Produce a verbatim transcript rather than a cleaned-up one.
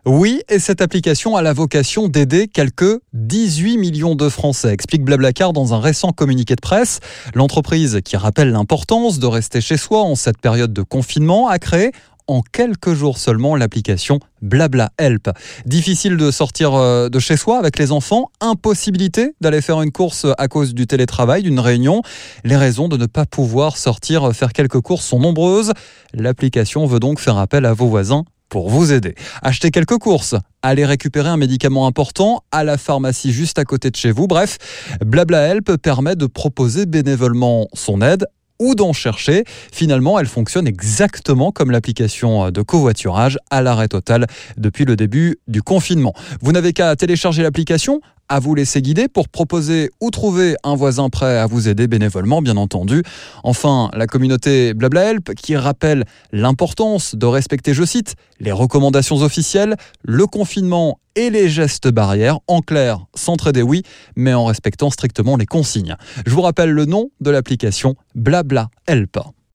Oui, et cette application a la vocation d'aider quelques dix-huit millions de Français, explique Blablacar dans un récent communiqué de presse. L'entreprise, qui rappelle l'importance de rester chez soi en cette période de confinement, a créé en quelques jours seulement l'application Blabla Help. Difficile de sortir de chez soi avec les enfants, impossibilité d'aller faire une course à cause du télétravail, d'une réunion. Les raisons de ne pas pouvoir sortir faire quelques courses sont nombreuses. L'application veut donc faire appel à vos voisins pour vous aider. Achetez quelques courses, allez récupérer un médicament important à la pharmacie juste à côté de chez vous. Bref, Blabla Help permet de proposer bénévolement son aide ou d'en chercher. Finalement, elle fonctionne exactement comme l'application de covoiturage à l'arrêt total depuis le début du confinement. Vous n'avez qu'à télécharger l'application, à vous laisser guider pour proposer ou trouver un voisin prêt à vous aider bénévolement, bien entendu. Enfin, la communauté Blabla Help qui rappelle l'importance de respecter, je cite, les recommandations officielles, le confinement et les gestes barrières. En clair, s'entraider oui, mais en respectant strictement les consignes. Je vous rappelle le nom de l'application Blabla Help.